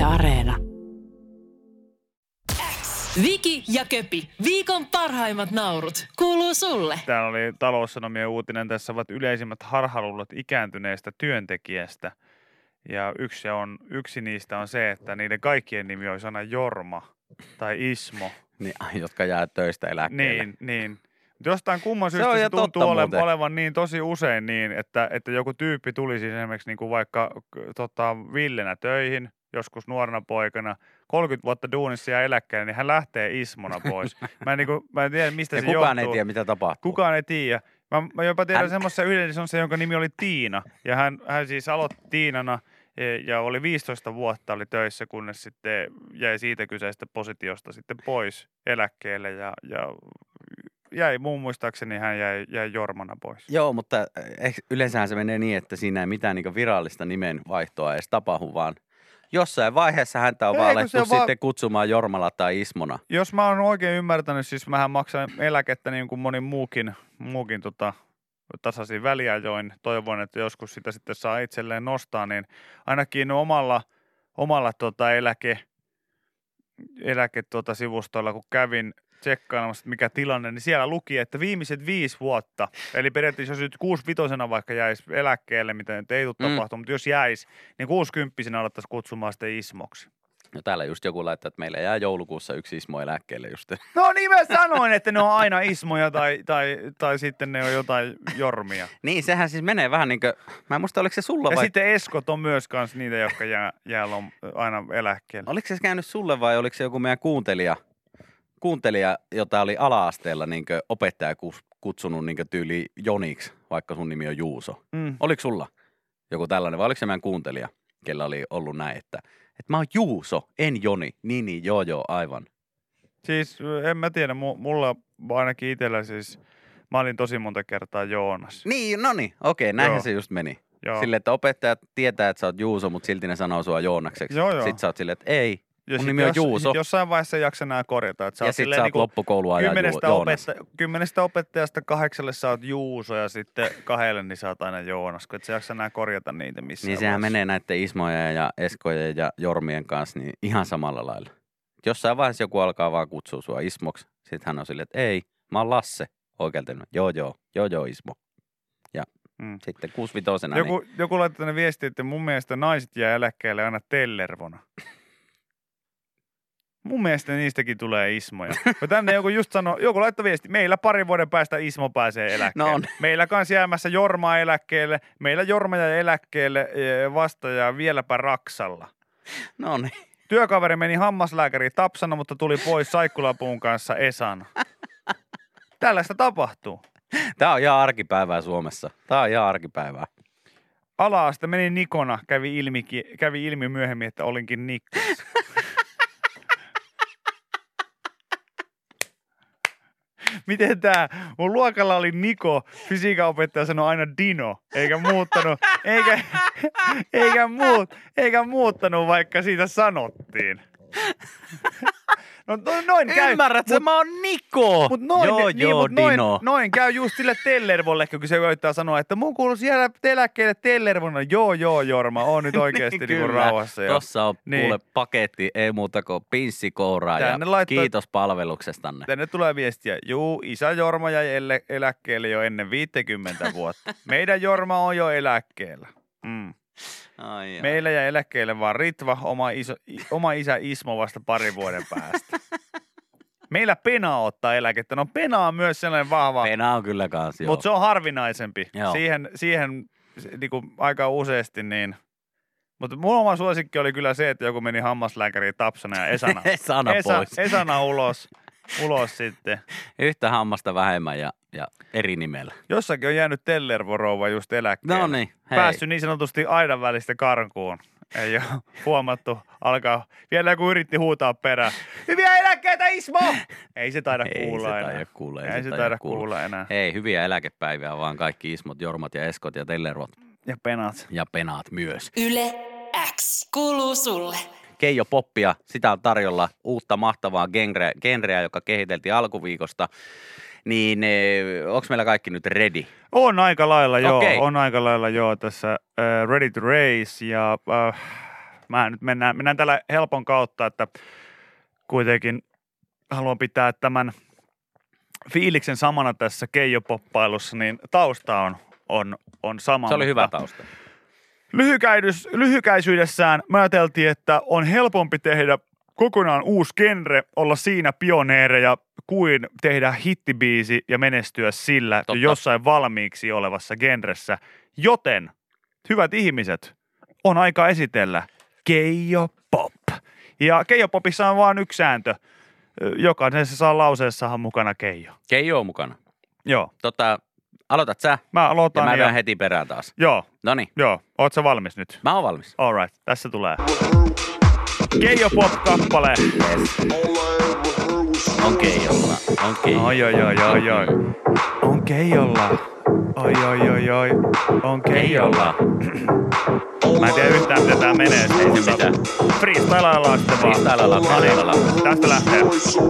Areena. Viki ja Köpi, viikon parhaimmat naurut, kuuluu sulle. Täällä oli Taloussanomien uutinen. Tässä ovat yleisimmät harhaluulot ikääntyneestä työntekijästä. Ja yksi niistä on se, että niiden kaikkien nimi olisi aina Jorma tai Ismo. Niin, jotka jää töistä eläkkeelle. Niin. Jostain kumman syystä se tuntuu olevan niin tosi usein niin, että joku tyyppi tulisi esimerkiksi niin kuin vaikka Villenä töihin, joskus nuorena poikana, 30 vuotta duunissa ja eläkkeelle, niin hän lähtee Ismona pois. Mä en tiedä, mistä ja se kukaan johtuu. ei tiedä, mitä tapahtuu. Kukaan ei tiedä. Mä jopa tiedän semmoisen yhden, jonka nimi oli Tiina. Ja hän siis aloitti Tiinana ja oli 15 vuotta oli töissä, kunnes sitten jäi siitä kyseisestä positiosta sitten pois eläkkeelle ja jäi muun muistaakseni hän jäi Jormana pois. Joo, mutta yleensähän se menee niin, että siinä ei mitään niin virallista nimenvaihtoa edes tapahdu, vaan jossain vaiheessa häntä on vaan alettu sitten kutsumaan Jormalla tai Ismona. Jos mä oon oikein ymmärtänyt, siis mähän maksan eläkettä niin kuin moni muukin tasaisin väliajoin. Toivon, että joskus sitä sitten saa itselleen nostaa, niin ainakin omalla sivustolla, kun kävin tsekkailemassa, mikä tilanne, niin siellä luki, että viimeiset 5 vuotta, eli periaatteessa jos nyt 65-vuotiaana vaikka jäisi eläkkeelle, mitä nyt ei tule tapahtumaan, mutta jos jäisi, niin 60-vuotiaana alettaisiin kutsumaan sitten Ismoksi. No täällä just joku laittaa, että meillä jää joulukuussa yksi Ismo eläkkeelle just. No niin mä sanoin, että ne on aina Ismoja tai sitten ne on jotain Jormia. Niin, sehän siis menee vähän niin kuin, mä en muista, oliko se sulla ja vai? Ja sitten Eskot on myös kans niitä, jotka jää aina eläkkeelle. Oliko se käynyt sulle vai oliko se joku meidän kuuntelija, jota oli ala-asteella niin opettaja kutsunut niin tyyli Joniksi, vaikka sun nimi on Juuso. Oliko sulla joku tällainen vai oliko se meidän kuuntelija, kellä oli ollut näin, että mä oon Juuso, en Joni. Niin, joo, aivan. Siis en mä tiedä, mulla ainakin itsellä siis, mä olin tosi monta kertaa Joonas. Niin, no niin, okei, näinhän se just meni. Silleen, että opettajat tietää, että sä oot Juuso, mutta silti ne sanoo sua Joonakseksi. Joo. Sitten sä oot silleen, että ei. Ja mun nimi on Juuso. Jossain vaiheessa ei jaksa enää korjata. Että ja sit sä oot loppukoulua ja Joonas. 10 opettajasta 8 sä oot Juuso ja sitten 2 niin sä oot aina Joonas. Kun et sä jaksa enää korjata niitä missään niin sehän menee näiden Ismojen ja Eskojen ja Jormien kanssa niin ihan samalla lailla. Jossain vaiheessa joku alkaa vaan kutsua sua Ismoksi. Sitten hän on silleen, että ei, mä oon Lasse. Oikealta joo Ismo. Ja sitten 65-vuotiaana. Joku laittaa tänne viestiä, että mun mielestä naiset jää eläkkeelle aina tellervona. Mun mielestä niistäkin tulee Ismoja. Tänne joku laittoi viesti, meillä 2 vuoden päästä Ismo pääsee eläkkeelle. No. Meillä kans jäämässä Jorma eläkkeelle. Meillä Jorma jäi eläkkeelle vasta ja vieläpä Raksalla. No niin. Työkaveri meni hammaslääkäriin Tapsana, mutta tuli pois Saikkulapuun kanssa Esana. Tällaista tapahtuu. Tää on ihan arkipäivää Suomessa. Tää on ihan arkipäivää. Ala-aste meni Nikona, kävi ilmi myöhemmin, että olinkin Nikkas. Miten tää? Mun luokalla oli Niko, fysiikan opettaja sanoi aina Dino, eikä muuttanut, vaikka siitä sanottiin. No noin käy. Ymmärrätkö, mä oon Niko. Mut Dino. Noin käy just sille Tellervolle, kun se koittaa sanoa, että mun kuuluisi jäädä eläkkeelle Tellervona. Joo, Jorma, on nyt oikeesti niinku rauhassa. Tossa on kuule paketti, ei muuta kuin pinssikouraa ja kiitos palveluksestanne. Tänne tulee viestiä, isä Jorma jäi eläkkeelle jo ennen 50 vuotta. Meidän Jorma on jo eläkkeellä. Ai. Meillä jäi eläkkeelle vaan Ritva, oma isä Ismo vasta 2 vuoden päästä. Meillä Pena ottaa eläkettä. No Pena on myös sellainen vahva. Pena on kyllä kans, joo. Mutta se on harvinaisempi. Siihen niinku aika useasti niin. Mutta mun oma suosikki oli kyllä se, että joku meni hammaslääkäriin Tapsana ja Esana pois. Esana ulos sitten. Yhtä hammasta vähemmän ja eri nimellä. Jossakin on jäänyt Tellervo-rouva just eläkkeelle. No niin, hei. Päässyt niin sanotusti aidan välistä karkuun. Ei ole huomattu. Vielä kun yritti huutaa perään. Hyviä eläkkeitä, Ismo! Ei se taida kuulla enää. Ei se taida kuulla enää. Hei, hyviä eläkepäiviä vaan kaikki Ismot, Jormat ja Eskot ja Tellervot. Ja Penaat myös. Yle X kuuluu sulle. Keijo Poppia, sitä on tarjolla uutta mahtavaa genreä, joka kehiteltiin alkuviikosta. Niin onko meillä kaikki nyt ready? On aika lailla joo, tässä ready to race ja Mä nyt mennään tällä helpon kautta, että kuitenkin haluan pitää tämän fiiliksen samana tässä keijopoppailussa, niin tausta on sama. Se oli hyvä tausta. Lyhykäisyydessään mä ajateltiin, että on helpompi tehdä kokonaan uusi genre, olla siinä pioneereja, kuin tehdä hittibiisi ja menestyä sillä jossain valmiiksi olevassa genressä. Joten, hyvät ihmiset, on aika esitellä Keijo Pop. Ja Keijo Popissa on vaan yksi sääntö. Jokaisessa saa lauseessahan mukana Keijo. Keijo on mukana. Joo. Aloitat sä? Mä aloitan. Ja mä vedän heti perään taas. Joo. Noniin. Joo. Oot sä valmis nyt? Mä oon valmis. All right. Tässä tulee. Keijo Pop-kappale. Yes. On Keijolla. On Keijolla. Oi. On Keijolla. Oi. On Keijolla. Mä en tiedä yhtään, miten tää menee. Ei se mitään. Freestylaillaan sitten vaan. Freestylaillaan. Tästä lähtee.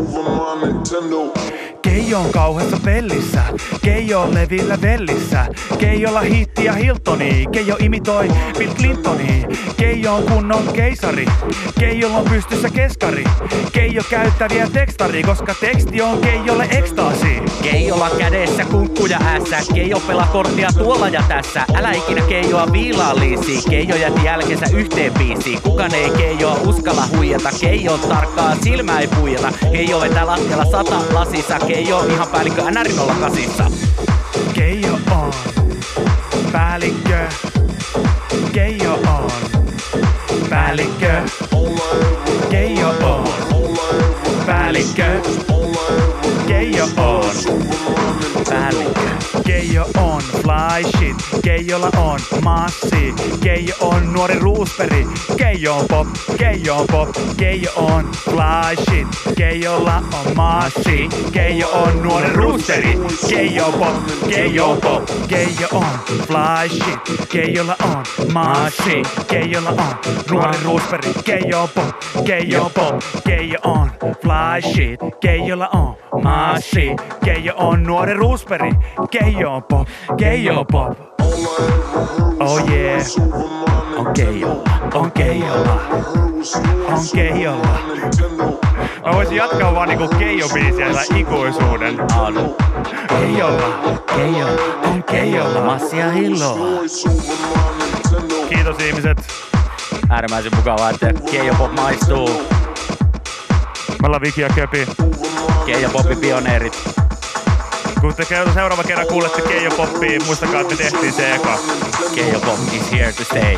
Keijo on kauheassa pellissä, Keijo on levillä vellissä, Keijolla hiitti ja Hiltoni, Keijo imitoi Bill Clintoni, Keijo on kunnon keisari, Keijolla on pystyssä keskari, Keijo käyttäviä tekstari, koska teksti on Keijolle ekstaasi. Keijolla kädessä kunkku ja ässä, Keijo pelaa korttia tuolla ja tässä, älä ikinä Keijoa viilaa liisi, Keijo jätti jälkensä yhteen biisiin, kukaan ei Keijoa uskalla huijata, Keijon tarkkaa silmää ei puijata, Keijo vetää lattialla 100 lasissa, Keijo on ihan päällikkö NR08. Keijo on päällikkö. Keijo on päällikkö. Keijo on päällikkö. Keijo on päällikkö. Keijo on fly shit. Keijolla on massi. Keijo on nuori ruusperi. Keijo on pop. Keijo on pop. Keijo on fly shit. Keijolla on massi. Keijo on nuori ruusperi. Keijo on pop. Keijo on pop. Keijo on fly shit. Keijolla on massi. Keijolla on nuori ruusperi. Keijo on pop. Keijo on pop. Keijo on fly shit. Keijolla on massi. Keijo on nuori ruusperi. Keijo on pop. Keijo on pop. Oh yeah. On Keijolla. On Keijolla. On Keijolla. Mä voisin jatkaa vaan niinku Keijo-biisiä ikuisuuden. Keijolla. Keijolla. On Keijolla. Massia hilloa. Kiitos ihmiset. Äärimmäisen mukavaa, että Keijo Pop maistuu. Me ollaan Viki ja Köpi. Keijo Popin pioneerit. Kun te seuraava kerran kuulette Keijo Poppia, muistakaa, että me tehtiin se eka. Keijo Pop is here to stay.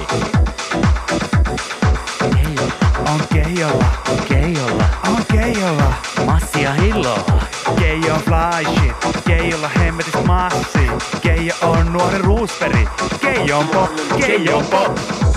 On Keijolla. Keijolla. On Keijolla. Massia hilloa. Keijo on fly shit. Keijolla hemmetis massi. Keijo on nuori ruusperi. Keijo on pop. Keijo on pop.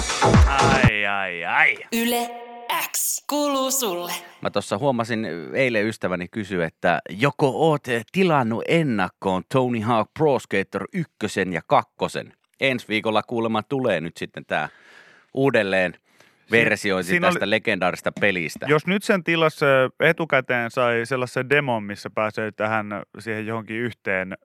Ai. Yle X kuuluu sulle. Mä tossa huomasin, eilen ystäväni kysyi, että joko oot tilannut ennakkoon Tony Hawk Pro Skater 1 ja 2. Ensi viikolla kuulemma tulee nyt sitten tää uudelleen versiointi tästä legendaarista pelistä. Jos nyt sen tilassa etukäteen sai sellaisen demon, missä pääsee siihen johonkin yhteen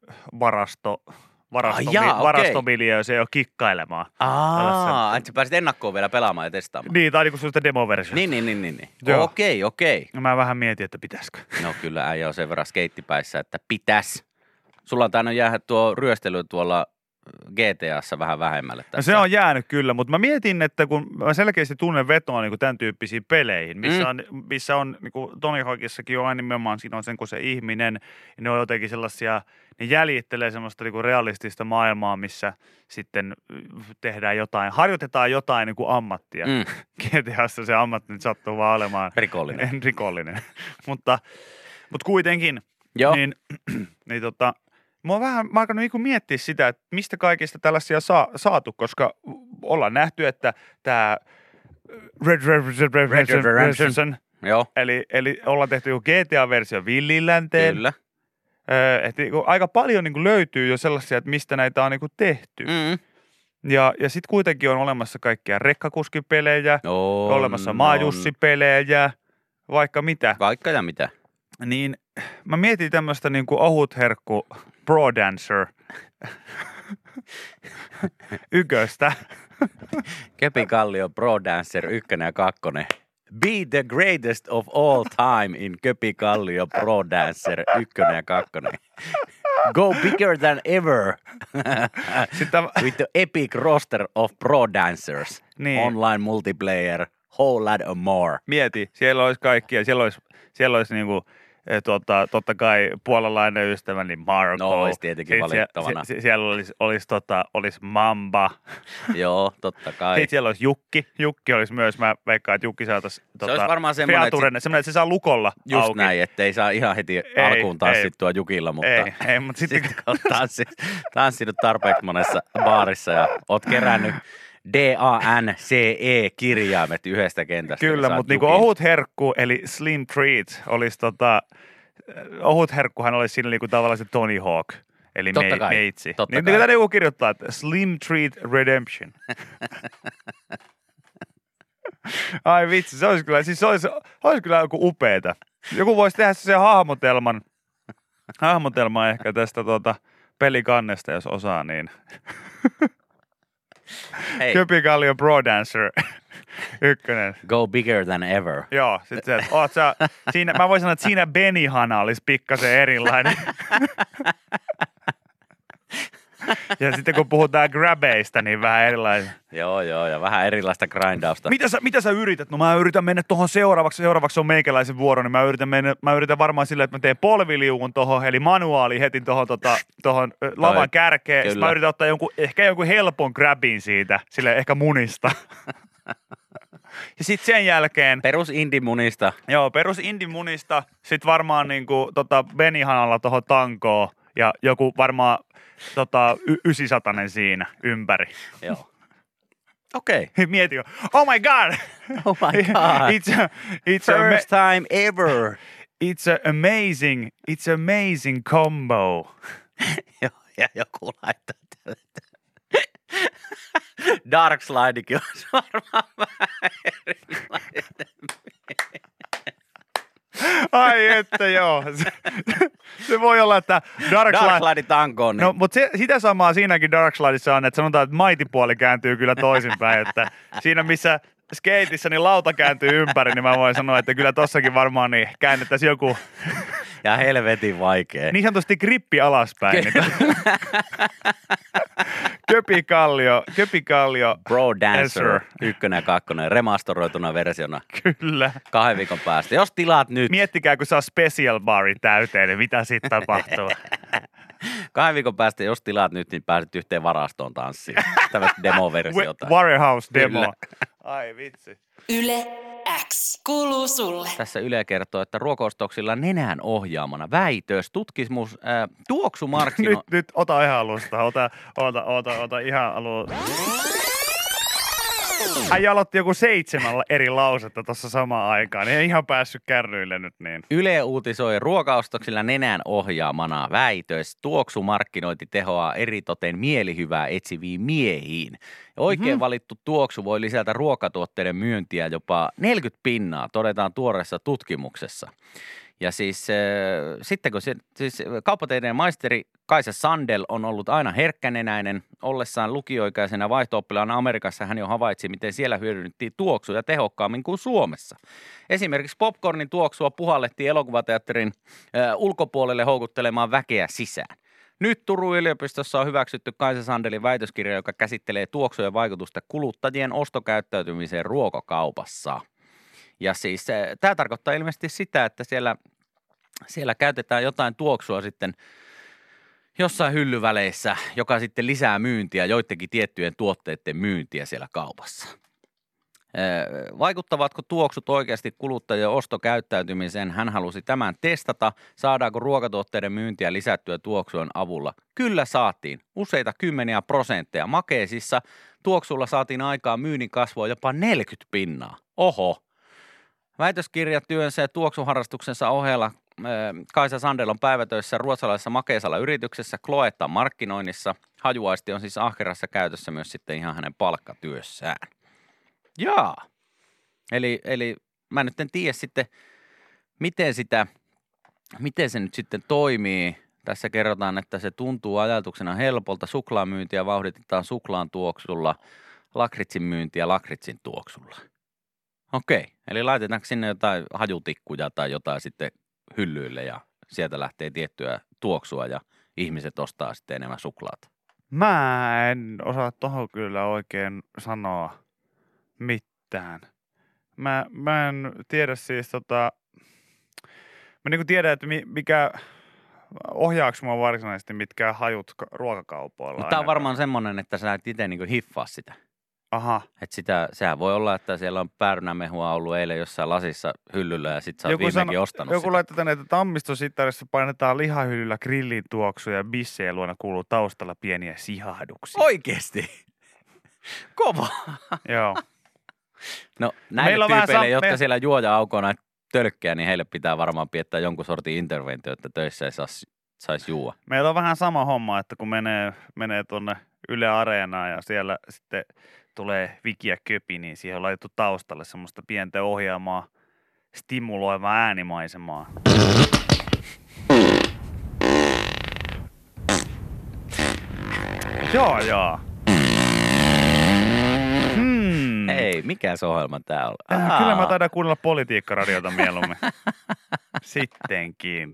varastoviljoon, se ei ole kikkailemaan. Että sä pääsit ennakkoon vielä pelaamaan ja testaamaan. Niin, tai niinku sellaista demoversiota. Niin. Joo. Okei. Mä vähän mietin, että pitäisikö. No kyllä äijä on sen verran skeittipäissä, että pitäis. Sulla on tainnut jäädä tuo ryöstely tuolla GTAssa vähän vähemmälle tässä. No se on jäänyt kyllä, mutta mä mietin, että kun mä selkeästi tunnen vetoa niin tämän tyyppisiin peleihin, missä on niin kuin Tony Hawkissakin on aina nimenomaan, siinä on sen kuin se ihminen, ja ne on jotenkin sellaisia, ne jäljittelee semmoista niin kuin realistista maailmaa, missä sitten tehdään jotain, harjoitetaan jotain niin kuin ammattia. GTAssa se ammatti nyt sattuu vaan olemaan rikollinen. mutta kuitenkin, niin mä oon alkanut niinku miettiä sitä, että mistä kaikista tällaisia saatu, koska ollaan nähty, että tämä Red Redemption, eli ollaan tehty joku GTA-versio Villilänteen. Kyllä. Että aika paljon niinku löytyy jo sellaisia, että mistä näitä on niinku tehty. Ja sitten kuitenkin on olemassa kaikkia rekkakuskipelejä, olemassa maajussi-pelejä, vaikka mitä. Vaikka ja mitä. Niin mä mietin tämmöistä niinku ohutherkku Pro Dancer yköstä. Köpi-Kallio Pro Dancer 1 ja 2. Be the greatest of all time in Köpi-Kallio Pro Dancer 1 ja 2. Go bigger than ever. Sitten, With the epic roster of pro dancers. Niin. Online multiplayer. Whole lot of more. mieti, siellä olisi kaikkia, siellä olisi niinku, totta kai puolalainen ystäväni Marco. No, olisi tietenkin valittavana. Siellä olisi Mamba. Joo, totta kai. Sitten siellä olisi Jukki. Jukki olisi myös, mä veikkaan, että Jukki saataisiin Se olisi varmaan semmoinen, että se saa lukolla just auki. näin, ettei saa ihan heti alkuun tanssittua Jukilla, mutta Ei, mutta sitten kun oot tanssinut tarpeeksi monessa baarissa ja oot kerännyt DANCE-kirjaimet yhdestä kentästä. kyllä, niin mutta niinku ohut herkku, eli Slim Treat, olisi ohut herkkuhan olisi siinä niinku tavallaan se Tony Hawk, eli Totta kai, meitsi. totta Niin kai. tätä joku kirjoittaa, että Slim Treat Redemption. Ai vitsi, se olisi kyllä joku upeeta. Joku voisi tehdä sen hahmotelman ehkä tästä pelikannesta, jos osaa, niin. Hei. Köpi-Kallio Pro Dancer 1. Go bigger than ever. Joo, sit se, että siinä, mä voin sanoa, että siinä Benihana olisi pikkasen erilainen. Ja sitten kun puhutaan grabeista, niin vähän erilainen. Joo, ja vähän erilaista grindausta. Mitä sä yrität? No mä yritän mennä tuohon seuraavaksi on meikäläisen vuoro, niin mä yritän varmaan silleen, että mä teen polviliukun tohon, eli manuaali heti tohon lavan kärkeen. Sitten mä yritän ottaa ehkä jonkun helpon grabin siitä, sille ehkä munista. Ja sitten sen jälkeen. Perus indimunista. Joo, perus indimunista. Sitten varmaan niinku Benihanalla tohon tankoon ja joku varmaan 900 siinä ympäri. Joo. Okei. Okay. Mieti, oh my god! Oh my god. It's First time ever. It's amazing combo. Joo, ja joku laittaa tälle. Dark Slidekin olisi varmaan vähän erilainen. Ai että joo. Se voi olla, että Dark Slide tankoon. Niin. No, mutta sitä samaa siinäkin Dark Slideissa on, että sanotaan, että maitipuoli kääntyy kyllä toisinpäin. Että siinä missä skeitissä niin lauta kääntyy ympäri, niin mä voin sanoa, että kyllä tossakin varmaan niin käännettäisiin joku. Ja helvetin vaikea. Niin sanotusti grippi alaspäin. Köpi-Kallio Pro Dancer 1 ja 2 remastoroituna versiona. Kyllä. 2 viikon päästä. Jos tilaat nyt. Miettikää, kun saa special barin täyteen, niin mitä sitten tapahtuu. 2 viikon päästä, jos tilaat nyt, niin pääset yhteen varastoon tanssiin. Tällaista demoversiota. Warehouse demo. Kyllä. Ai vitsi. Yle X kuuluu sulle. Tässä Yle kertoo, että ruokaostoksilla nenään ohjaamana väitös, tutkimus, tuoksumarkkino... Nyt ota ihan alusta. Ota ihan alusta. Äijä aloitti joku 7 eri lausetta tuossa samaan aikaan. Niin ei ihan päässyt kärryille nyt niin. Yle uutisoi ruokaostoksilla nenään ohjaamana väitös. Tuoksumarkkinointi tehoaa eritoten mielihyvää etsiviin miehiin. Oikein valittu tuoksu voi lisätä ruokatuotteiden myyntiä jopa 40%, todetaan tuoreessa tutkimuksessa. Ja siis sitten kun kauppatieteen maisteri Kaisa Sandel on ollut aina herkkänenäinen, ollessaan lukioikäisenä vaihto-oppilaana Amerikassa hän jo havaitsi, miten siellä hyödynnettiin tuoksuja tehokkaammin kuin Suomessa. Esimerkiksi popcornin tuoksua puhallettiin elokuvateatterin ulkopuolelle houkuttelemaan väkeä sisään. Nyt Turun yliopistossa on hyväksytty Kaisa Sandelin väitöskirja, joka käsittelee tuoksujen vaikutusta kuluttajien ostokäyttäytymiseen ruokakaupassa. Ja siis tämä tarkoittaa ilmeisesti sitä, että siellä käytetään jotain tuoksua sitten jossain hyllyväleissä, joka sitten lisää myyntiä, joidenkin tiettyjen tuotteiden myyntiä siellä kaupassa. Vaikuttavatko tuoksut oikeasti kuluttajien ostokäyttäytymiseen? Hän halusi tämän testata. Saadaanko ruokatuotteiden myyntiä lisättyä tuoksujen avulla? Kyllä saatiin. Useita 10%. Makeisissa tuoksulla saatiin aikaa myynnin kasvua jopa 40%. Oho. Väitöskirjatyönsä ja tuoksuharrastuksensa ohella Kaisa Sandel on päivätöissä ruotsalaisessa makeisalla yrityksessä Cloetta markkinoinnissa. Hajuaisti on siis ahkerassa käytössä myös sitten ihan hänen palkkatyössään. Jaa. Eli mä nyt en tiedä sitten, miten se nyt sitten toimii. Tässä kerrotaan, että se tuntuu ajatuksena helpolta. Suklaamyyntiä vauhditetaan suklaan tuoksulla. lakritsin myyntiä lakritsin tuoksulla. Okei, eli laitetaanko sinne jotain hajutikkuja tai jotain sitten hyllyille ja sieltä lähtee tiettyä tuoksua ja ihmiset ostaa sitten enemmän suklaata. Mä en osaa tohon kyllä oikein sanoa mitään. Mä en tiedä siis mä niinku tiedän, että mikä ohjaaks mua varsinaisesti mitkään hajut ruokakaupoilla. Mutta tää on varmaan semmonen, että sä et itse niinku hiffaa sitä. Aha. Että sehän voi olla, että siellä on päärynämehua ollut eilen jossain lasissa hyllyllä ja sit sä oot viimeinkin ostanut joku sitä. laittaa tänne, että Tammisto-sittarissa painetaan lihahyllyllä grillin tuoksuja ja bissejä luona kuuluu taustalla pieniä sihahduksia. Oikeesti? Kova. Joo. No näille tyypeille, jotka siellä juoja aukoo näitä tölkkejä, niin heille pitää varmaan piettää jonkun sortin interventio, että töissä ei saisi juua. Meillä on vähän sama homma, että kun menee tuonne Yle Areenaan ja siellä sitten tulee Viki ja Köpi, niin siihen on laitettu taustalle semmoista pientä ohjaamaa, stimuloivaa äänimaisemaa. Joo. Ei, mikä se ohjelma tää on? Kyllä mä taidan kuunnella politiikkaradiota mieluummin. Sittenkin.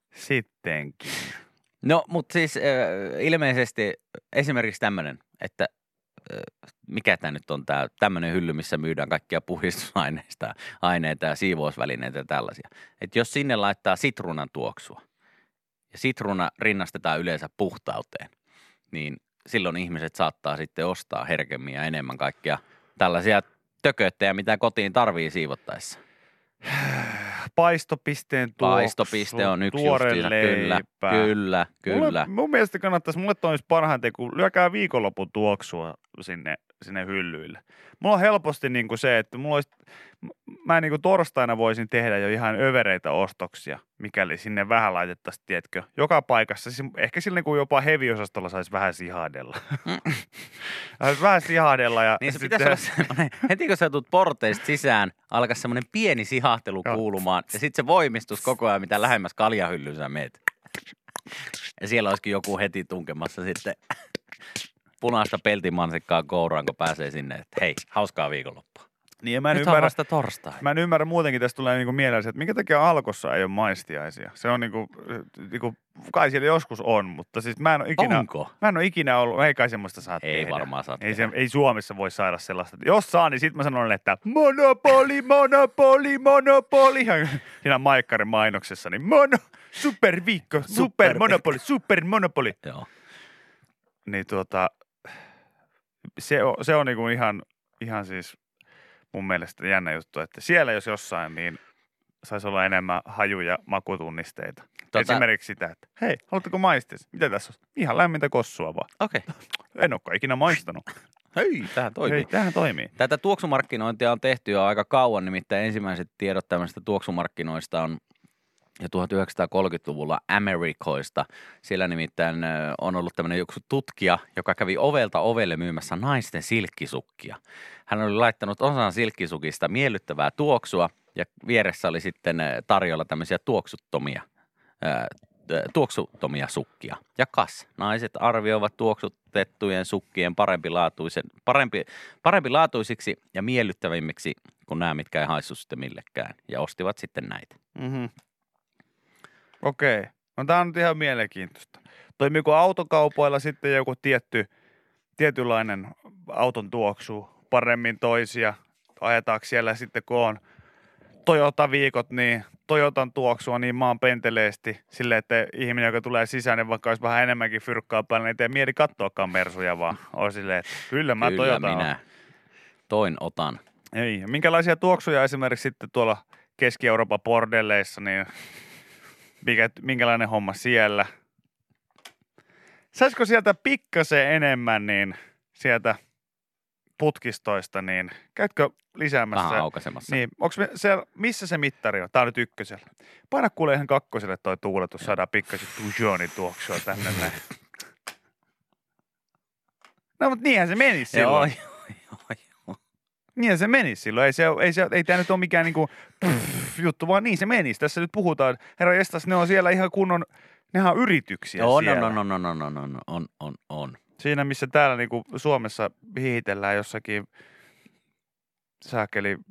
No, mutta siis ilmeisesti esimerkiksi tämmöinen, että mikä tämä nyt on tämä tämmöinen hylly, missä myydään kaikkia puhdistusaineita ja siivousvälineitä ja tällaisia. Että jos sinne laittaa sitruunan tuoksua ja sitruuna rinnastetaan yleensä puhtauteen, niin silloin ihmiset saattaa sitten ostaa herkemmin ja enemmän kaikkia tällaisia tököttejä, mitä kotiin tarvii siivottaessa. Paistopisteen tuoksu. Paistopiste on yksi justiinsa, kyllä. Mun mielestä mulle toimisi parhaiten, kun lyökää viikonlopun tuoksua sinne hyllyille. Mulla on helposti niinku se, että mä niinku torstaina voisin tehdä jo ihan övereitä ostoksia, mikäli sinne vähän laitettaisiin, tiedätkö, joka paikassa. Ehkä sillä niinku jopa heavy-osastolla saisi vähän sihahdella. Vähän sihahdella. Ja niin se pitäisi olla semmoinen, heti kun sä tulet porteista sisään, alkaisi semmoinen pieni sihahtelu kuulumaan. Ja sitten se voimistus koko ajan, mitä lähemmäs kaljahyllyyn sä meet. Ja siellä olisikin joku heti tunkemassa sitten punaista peltimansikkaa kouraan, kun pääsee sinne, että hei, hauskaa viikonloppua. Niin, nyt on vasta torstai. Mä en ymmärrä muutenkin, tästä tulee niinku mieleen se, että minkä takia Alkossa ei ole maistiaisia. Se on niinku kai siellä joskus on, mutta siis mä en ole ikinä ollut, ei kai semmoista saa tehdä. Ei varmaan saa tehdä. Ei Suomessa voi saada sellaista. Jos saa, niin sit mä sanon, että monopoli. Siinä Maikkarin mainoksessa, niin superviikko, supermonopoli. Joo. Niin se on niinku ihan siis mun mielestä jännä juttu, että siellä jos jossain, niin saisi olla enemmän haju- ja makutunnisteita. Esimerkiksi sitä, että hei, haluatteko maistis? Mitä tässä on? Ihan lämmintä kossua vaan. Okei. En olekaan ikinä maistanut. Hei, tämähän toimii. Tätä tuoksumarkkinointia on tehty jo aika kauan, nimittäin ensimmäiset tiedot tämmöistä tuoksumarkkinoista on ja 1930-luvulla Amerikoista. Siellä nimittäin on ollut tämmöinen joku tutkija, joka kävi ovelta ovelle myymässä naisten silkkisukkia. Hän oli laittanut osan silkkisukista miellyttävää tuoksua ja vieressä oli sitten tarjolla tämmöisiä tuoksuttomia sukkia. Ja kas, naiset arvioivat tuoksutettujen sukkien parempilaatuisiksi ja miellyttävimmiksi kuin nämä, mitkä ei haissu sitten millekään. Ja ostivat sitten näitä. Mm-hmm. Okei. No tää on nyt ihan mielenkiintoista. Toimiiko autokaupoilla sitten joku tietynlainen auton tuoksu paremmin toisia? Ajetaanko siellä sitten, kun on Toyota-viikot, niin Toyotan tuoksua niin maan penteleesti silleen, että ihminen, joka tulee sisään, niin vaikka olisi vähän enemmänkin fyrkkaa päällä, niin ei tee mieli katsoakaan Mersuja, vaan on silleen, että kyllä Toyota minä toin otan. Ei. Minkälaisia tuoksuja esimerkiksi sitten tuolla Keski-Euroopan bordelleissa, niin minkälainen homma siellä? Saisiko sieltä pikkasen enemmän niin sieltä putkistoista, niin käytkö lisäämässä? Vähän aukaisemassa. Niin, missä se mittari on? Tää on nyt ykkösellä. Paina kuule ihan kakkoselle toi tuuletus, saadaan pikkasen Tujonin tuoksua tänne näin. No, mutta niinhän se meni silloin. Joo. Niinhän se meni silloin. Ei tää nyt ole mikään niinku juttu, vaan niin se menisi. Tässä nyt puhutaan, herra jestas, ne on siellä ihan kunnon, nehän on yrityksiä siellä. On. Siinä, missä täällä niinku Suomessa hihitellään jossakin saakeli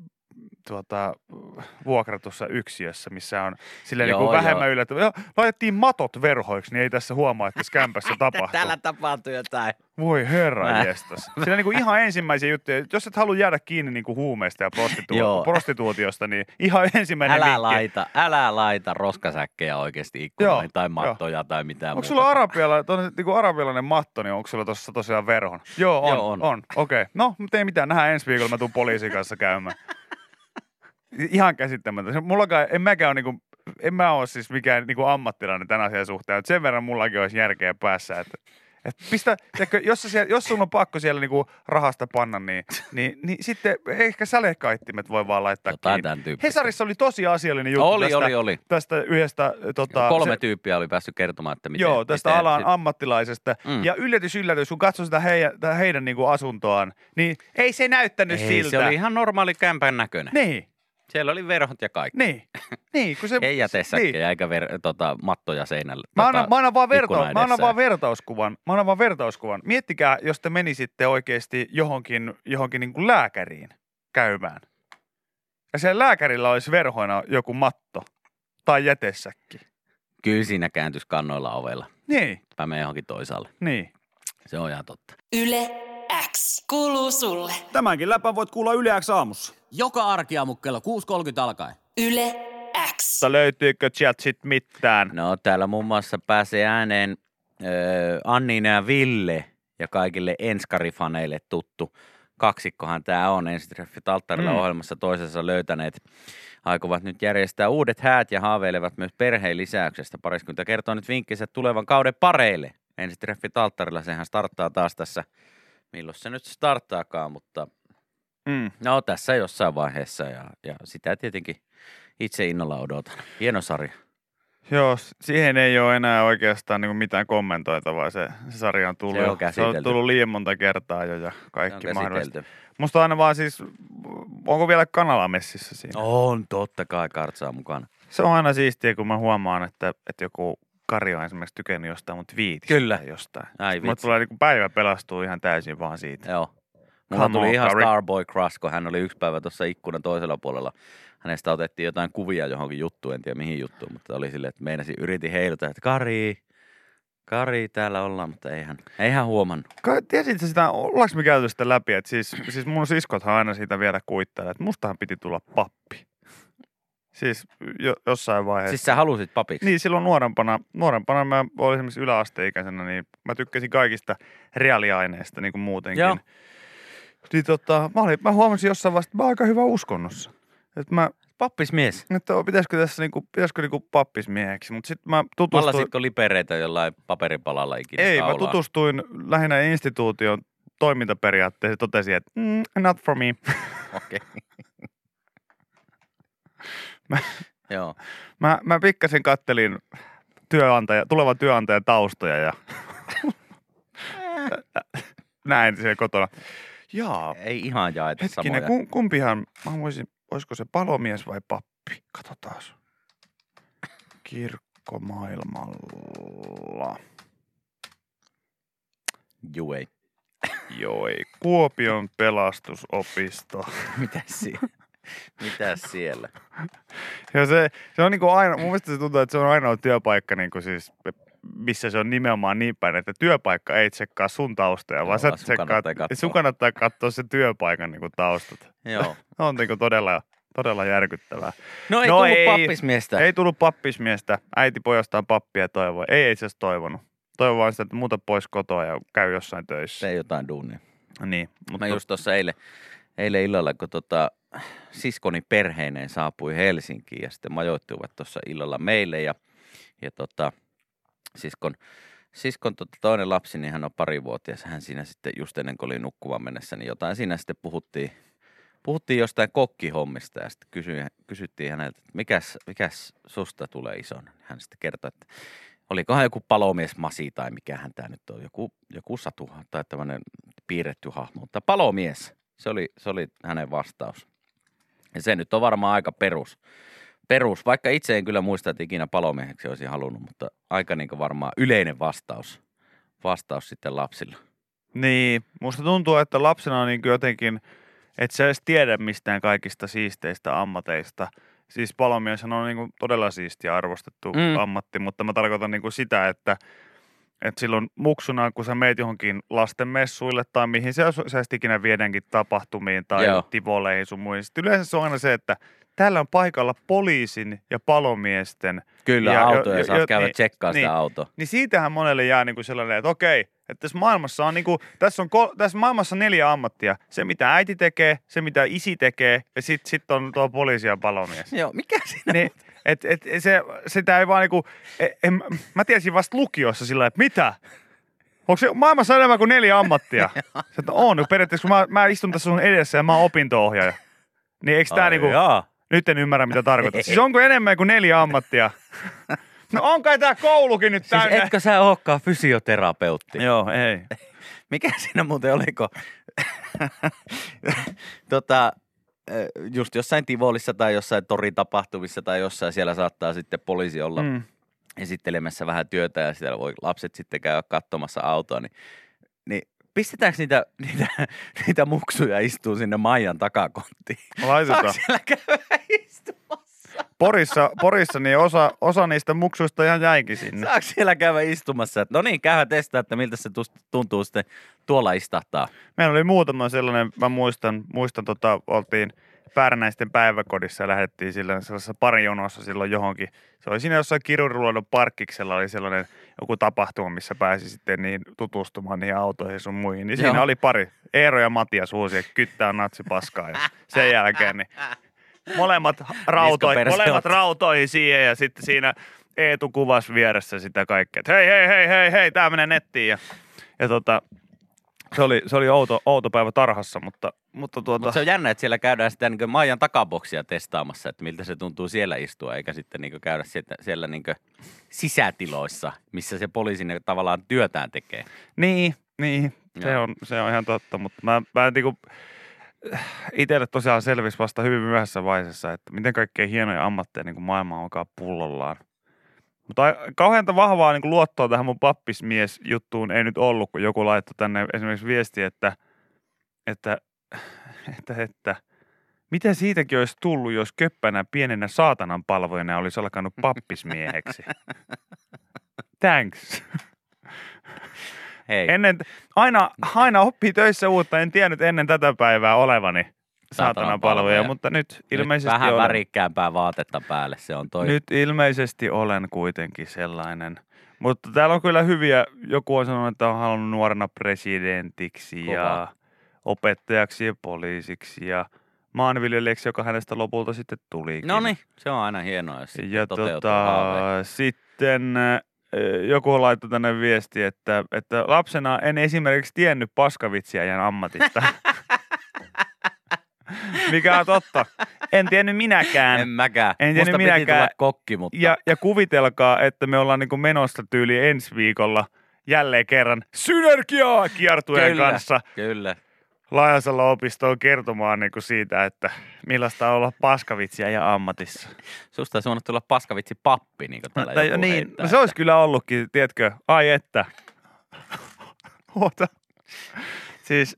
vuokratussa yksiössä, missä on silleen Joo, niinku vähemmän yllättävää. Laitettiin matot verhoiksi, niin ei tässä huomaa, että tässä kämpässä tapahtuu. Täällä tapahtuu jotain. Voi herra jestas. Sillä niinku ihan ensimmäisiä juttuja, jos et halua jäädä kiinni niinku huumeista ja prostituutiosta, niin ihan ensimmäinen vinkki. Älä laita roskasäkkejä oikeasti ikkunoihin tai mattoja tai mitään onko muuta. sulla niinku arabialainen matto, niin onko sulla tuossa tosiaan verhon? Joo, on. Okei. No, mutta ei mitään. Nähdään ensi viikolla, mä tuun poliisin kanssa käymään. Ihan käsittämättä. En mä ole siis mikään niinku ammattilainen tämän asian suhteen, mutta sen verran mullakin olisi järkeä päässä, että jos sun on pakko siellä niinku rahasta panna, niin sitten ehkä sälekaittimet voi vaan laittaa kiinni. Hesarissa oli tosi asiallinen juttu Oli. tästä yhdestä... 3 tyyppiä oli päässyt kertomaan, että miten... Joo, tästä alan ammattilaisesta. Ja yllätys, kun katsoi sitä heidän niinku asuntoaan, niin ei se näyttänyt siltä. Se oli ihan normaali kämpän näköinen. Niin. Siellä oli verhot ja kaikki. Niin, kun se... Ei jätesäkkejä eikä mattoja seinällä. Mä annan vaan vertauskuvan. Miettikää, jos te menisitte oikeasti johonkin niin kuin lääkäriin käymään. Ja siellä lääkärillä olisi verhoina joku matto tai jätesäkki. Kyllä siinä kääntyisi kannoilla ovella. Niin. Tai mene johonkin toisaalle. Niin. Se on ihan totta. Yle X kuuluu sulle. Tämänkin läpän voit kuulla Yle X aamussa. Joka arkiaamu kello 6.30 alkaen. Yle X. Löytyykö sieltä sit mitään? No täällä muun muassa pääsee ääneen Anniina ja Ville ja kaikille enskarifaneille tuttu kaksikkohan tämä on. Ensitreffit alttarilla ohjelmassa toisensa löytäneet. Aikovat nyt järjestää uudet häät ja haaveilevat myös perheen lisäyksestä. Pariskunta kertoo nyt vinkkinsä tulevan kauden pareille. Ensitreffit alttarilla, sehän starttaa taas tässä. Milloin se nyt starttaakaan, mutta no tässä jossain vaiheessa ja sitä tietenkin itse innolla odotan. Hieno sarja. Joo, siihen ei ole enää oikeastaan niin mitään kommentoitavaa. Se sarja on tullut, se on tullut liian monta kertaa jo ja kaikki mahdollista. Musta aina vaan siis, onko vielä kanala messissä siinä? On, totta kai Kartsaa mukana. Se on aina siistiä, kun mä huomaan, että joku Kari on esimerkiksi tykännyt jostain mun twiitistä. Kyllä. Jostain. Ai mulla tulee niin päivä pelastuu ihan täysin vaan siitä. Joo. Mulla tuli ihan Starboy Crush, kun hän oli yksi päivä tuossa ikkunan toisella puolella. Hänestä otettiin jotain kuvia johonkin juttuun, en tiedä mihin juttuun, mutta oli silleen, että yritin heiluta, että Kari, täällä ollaan, mutta ei hän huomannut. Tiesitkö sitä, ollaanko me käyty sitä läpi, että siis mun siskothan aina siitä vielä kuittaa, että mustahan piti tulla pappi. Siis jossain vaiheessa. Siis sä halusit papiksi? Niin, silloin nuorempana mä olin esimerkiksi yläasteikäisenä, niin mä tykkäsin kaikista reaaliaineista niin kuin muutenkin. Joo. Niin mä huomasin jossain vaiheessa, että mä oon aika hyvä uskonnossa. Pappismies. Että pitäisikö pappismieheksi, mutta sitten mä tutustuin. Mallasitko lipereitä jollain paperipalalla ikinä? Ei, mä tutustuin lähinnä instituution toimintaperiaatteeseen ja totesin, että not for me. Okei. Joo. Mä pikkasen kattelin tulevan työnantajan taustoja ja näin siellä kotona. Jaa. Ei ihan jaeta hetkinen, samoja. Kumpihan, mä voisin, olisiko se palomies vai pappi? Katsotaan. Kirkkomaailmalla. Joo ei. Kuopion pelastusopisto. Mitäs siellä? Ja se on niinku aina, mun mielestä se tuntuu, että se on ainoa työpaikka niinku siis, missä se on nimenomaan niin päin, että työpaikka ei tsekkaa sun taustoja, vaan sun kannattaa katsoa se työpaikan niinku taustat. Joo. On niinku todella järkyttävää. No ei tullut pappismiestä. Ei tullut pappismiestä. Äiti pojastaan pappia toivoi. Ei itse asiassa toivonut. Toivon vaan sitä, että muuta pois kotoa ja käy jossain töissä. Tee jotain duunia. Niin. Mä just tuossa eilen illalla, kun siskoni perheineen saapui Helsinkiin ja sitten majoittuivat tuossa illalla meille ja siskon toinen lapsi, niin hän on 2-vuotias. Hän siinä sitten just ennen kuin oli nukkumaan mennessä, niin jotain siinä sitten puhuttiin jostain kokkihommista ja sitten kysyttiin häneltä, että mikäs susta tulee isona. Hän sitten kertoi, että olikohan joku palomiesmasi tai mikähän tämä nyt on, joku satu tai tämmöinen piirretty hahmo, mutta palomies, se oli hänen vastaus. Ja se nyt on varmaan aika perus, vaikka itse en kyllä muista, että ikinä palomieheksi olisi halunnut, mutta aika niin kuin varmaan yleinen vastaus sitten lapsilla. Niin, musta tuntuu, että lapsena on niin jotenkin, että sä edes tiedä mistään kaikista siisteistä ammateista. Siis palomies on niin todella siisti ja arvostettu ammatti, mutta mä tarkoitan niin sitä, että silloin muksuna, kun sä meet johonkin lastenmessuille tai mihin sä ikinä viedäänkin tapahtumiin tai tivoleihin sun muihin. Sitten yleensä se on aina se, että täällä on paikalla poliisin ja palomiesten. Kyllä, autoja saat käydä tsekkaa sitä autoa. Niin siitähän monelle jää niinku sellainen, että okei, että tässä maailmassa on niinku, tässä maailmassa 4 ammattia. Se, mitä äiti tekee, se, mitä isi tekee ja sit on tuo poliisi ja palomies. Joo, mikä siinä niin, sitä ei vaan niinku, mä tiesin vasta lukiossa sillä että mitä? Onko se maailmassa enemmän kuin 4 ammattia? Se, että on, periaatteessa kun mä istun tässä sun edessä ja mä oon opinto-ohjaaja. Niin eikö tää niinku, nyt en ymmärrä mitä tarkoitat. Siis onko enemmän kuin 4 ammattia? No on kai tää koulukin nyt täynnä. Siis etkö sä olekaan fysioterapeutti? Joo, ei. Mikä siinä muuten oliko? Just jossain Tivolissa tai jossain toritapahtumissa tai jossain siellä saattaa sitten poliisi olla esittelemässä vähän työtä ja siellä voi lapset sitten käydä katsomassa autoa, niin pistetäänkö niitä muksuja istuu sinne Maijan takakonttiin? Laitetaan. Saako siellä käydä istumassa? Porissa niin osa niistä muksuista ihan jäikin sinne. Saako siellä käydä istumassa? No niin, käydä testaa, että miltä se tuntuu sitten tuolla istahtaa. Meillä oli muutama sellainen, mä muistan oltiin Pärnäisten päiväkodissa ja lähdettiin sellaisessa parijonossa silloin johonkin. Se oli siinä jossain Kirunluodon parkkiksella oli sellainen joku tapahtuma, missä pääsi sitten niin tutustumaan niihin autoihin sun muihin. Niin siinä oli pari, Eero ja Matias huusi, että kyttää natsipaskaa ja sen jälkeen niin molemmat rautoihin siihen ja sitten siinä Eetu kuvasi vieressä sitä kaikkea, että hei, tää menee nettiin ja se oli outo päivä tarhassa, mutta se on jännä, että siellä käydään sitä niin Maijan takaboksia testaamassa, että miltä se tuntuu siellä istua, eikä sitten niin käydä siellä niin sisätiloissa, missä se poliisi tavallaan työtään tekee. Niin, se on ihan totta, mutta mä niin itselle tosiaan selvisi vasta hyvin myöhässä vaiheessa, että miten kaikkein hienoja ammatteja niin maailma onkaan pullollaan. Mutta kauhean vahvaa niin luottoa tähän mun pappismies-juttuun ei nyt ollut, kun joku laittoi tänne esimerkiksi viesti, että miten siitäkin olisi tullut, jos köppänä pienenä saatanan palvojana olisi alkanut pappismieheksi. Thanks. Hei. Aina oppii töissä uutta, en tiennyt ennen tätä päivää olevani saatanan palvoja, mutta nyt ilmeisesti vähän olen. värikkäämpää vaatetta päälle, se on toi. Nyt ilmeisesti olen kuitenkin sellainen. Mutta täällä on kyllä hyviä, joku on sanonut, että on halunnut nuorena presidentiksi ja opettajaksi ja poliisiksi ja maanviljelijäksi, joka hänestä lopulta sitten tulikin. No niin, se on aina hienoa, jos ja toteutuu sitten joku laittoi tänne viesti, että lapsena en esimerkiksi tiennyt paskavitsiäjän ammatista. Mikä on totta. En tiennyt minäkään. En mäkään. En tiennyt Musta minäkään. piti tulla kokki, mutta. Ja kuvitelkaa, että me ollaan niin kuin menossa tyyli ensi viikolla jälleen kerran synergiaa kiertueen kanssa. Kyllä. Laajasalo opistoon kertomaan niin kuin siitä, että millaista on olla paskavitsiä ja ammatissa. Susta olisi voinut tulla paskavitsi pappi, niin kuin täällä joku heittää. No se olisi kyllä ollutkin, tiedätkö, ai että. Siis,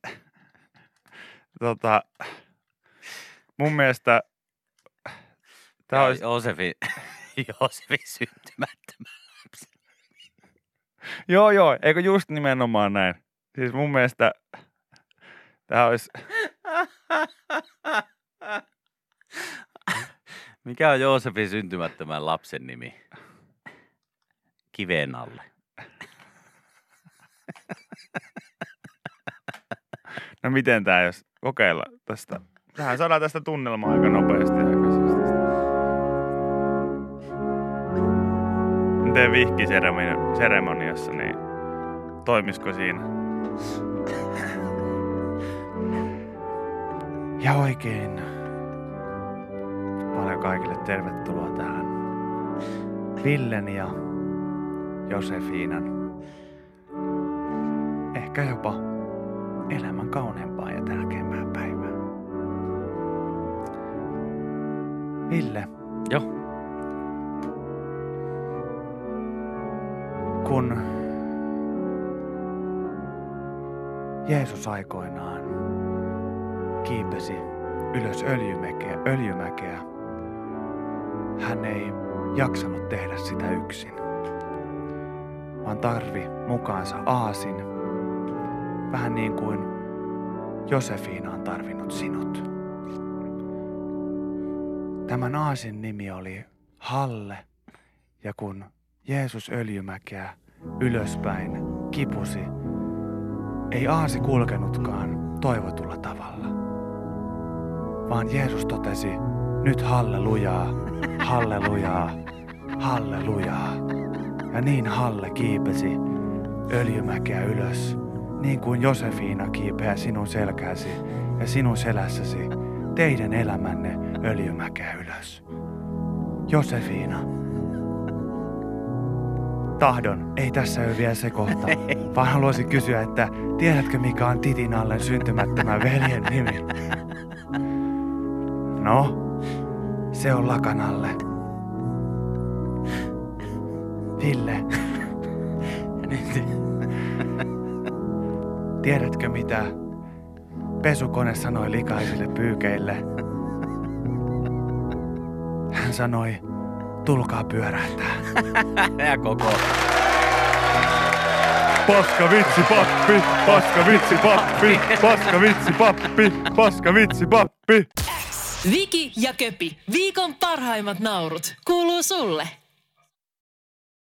mun mielestä tämä olisi. Joosefin syntymättömän lapsi. Joo, eikö just nimenomaan näin. Siis mun mielestä tämä olisi. Mikä on Joosefin syntymättömän lapsen nimi? Kiveen alle. No miten tää, jos kokeilla tästä. Tähän saadaan tästä tunnelmaa aika nopeasti. Miten vihkiseremoniassa, niin toimisiko siinä? Ja oikein paljon kaikille tervetuloa tähän Villen ja Josefiinan ehkä jopa elämän kauneimpaa ja tärkeimpää päivää. Ville. Joo. Kun Jeesus aikoinaan kiipesi ylös öljymäkeä, hän ei jaksanut tehdä sitä yksin, vaan tarvi mukaansa aasin, vähän niin kuin Josefiina on tarvinnut sinut. Tämän aasin nimi oli Halle, ja kun Jeesus öljymäkeä ylöspäin kipusi, ei aasi kulkenutkaan toivotulla tavalla, vaan Jeesus totesi, nyt hallelujaa, hallelujaa, hallelujaa. Ja niin Halle kiipesi öljymäkeä ylös, niin kuin Josefiina kiipeää sinun selkääsi ja sinun selässäsi teidän elämänne öljymäkeä ylös. Josefiina. Tahdon, ei tässä ole vielä se kohta, vaan haluaisin kysyä, että tiedätkö mikä on Titin Allen syntymättömän veljen nimi? No, se on Lakanalle. Ville. Tiedätkö mitä pesukone sanoi likaisille pyykeille? Hän sanoi, tulkaa pyörähtää. Ja koko. Paska vitsi pappi, paska vitsi pappi, paska vitsi pappi, paska vitsi pappi. Viki ja Köpi, viikon parhaimmat naurut, kuuluu sulle.